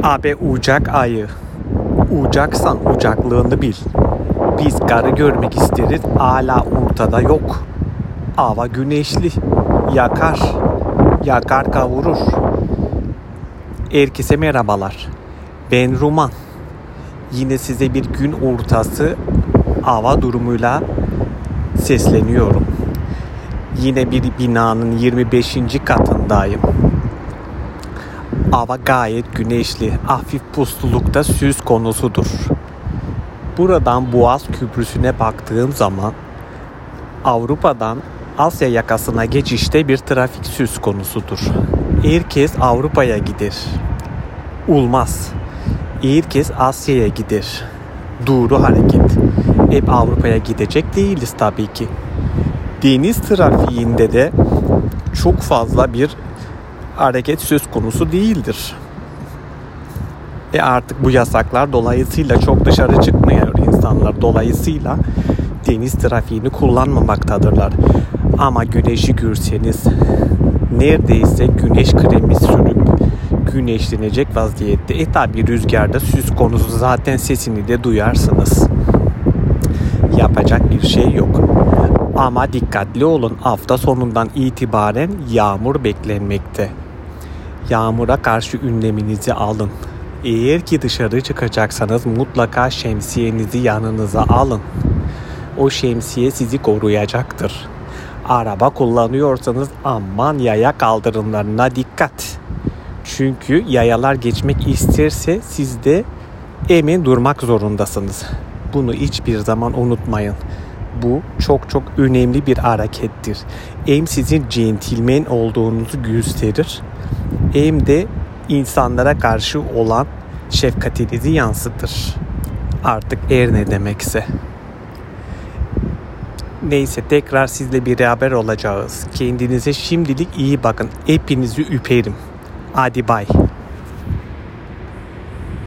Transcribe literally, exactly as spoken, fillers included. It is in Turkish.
Abi ucak ayı. Ucaksan ucaklığını bil. Biz karı görmek isteriz, hala ortada yok. Hava güneşli, yakar, yakar kavurur. Herkese merhabalar. Ben Ruman. Yine size bir gün ortası hava durumuyla sesleniyorum. Yine bir binanın yirmi beşinci katındayım. Hava gayet güneşli, hafif puslulukta söz konusudur. Buradan Boğaz Köprüsü'ne baktığım zaman Avrupa'dan Asya yakasına geçişte bir trafik söz konusudur. Herkes Avrupa'ya gider. Olmaz. Herkes Asya'ya gider. Doğru hareket. Hep Avrupa'ya gidecek değiliz tabii ki. Deniz trafiğinde de çok fazla bir hareket söz konusu değildir. E artık bu yasaklar dolayısıyla çok dışarı çıkmıyor insanlar. Dolayısıyla deniz trafiğini kullanmamaktadırlar. Ama güneşi görseniz neredeyse güneş kremi sürüp güneşlenecek vaziyette. E tabi rüzgarda söz konusu, zaten sesini de duyarsınız. Yapacak bir şey yok. Ama dikkatli olun, hafta sonundan itibaren yağmur beklenmekte. Yağmura karşı önleminizi alın. Eğer ki dışarı çıkacaksanız mutlaka şemsiyenizi yanınıza alın. O şemsiye sizi koruyacaktır. Araba kullanıyorsanız aman yaya kaldırımlarına dikkat. Çünkü yayalar geçmek isterse siz de hemen durmak zorundasınız. Bunu hiçbir zaman unutmayın. Bu çok çok önemli bir harekettir. Hem sizin centilmen olduğunuzu gösterir, hem de insanlara karşı olan şefkatinizi yansıtır. Artık er ne demekse. Neyse, tekrar sizle beraber olacağız. Kendinize şimdilik iyi bakın. Hepinizi üperim. Hadi bay.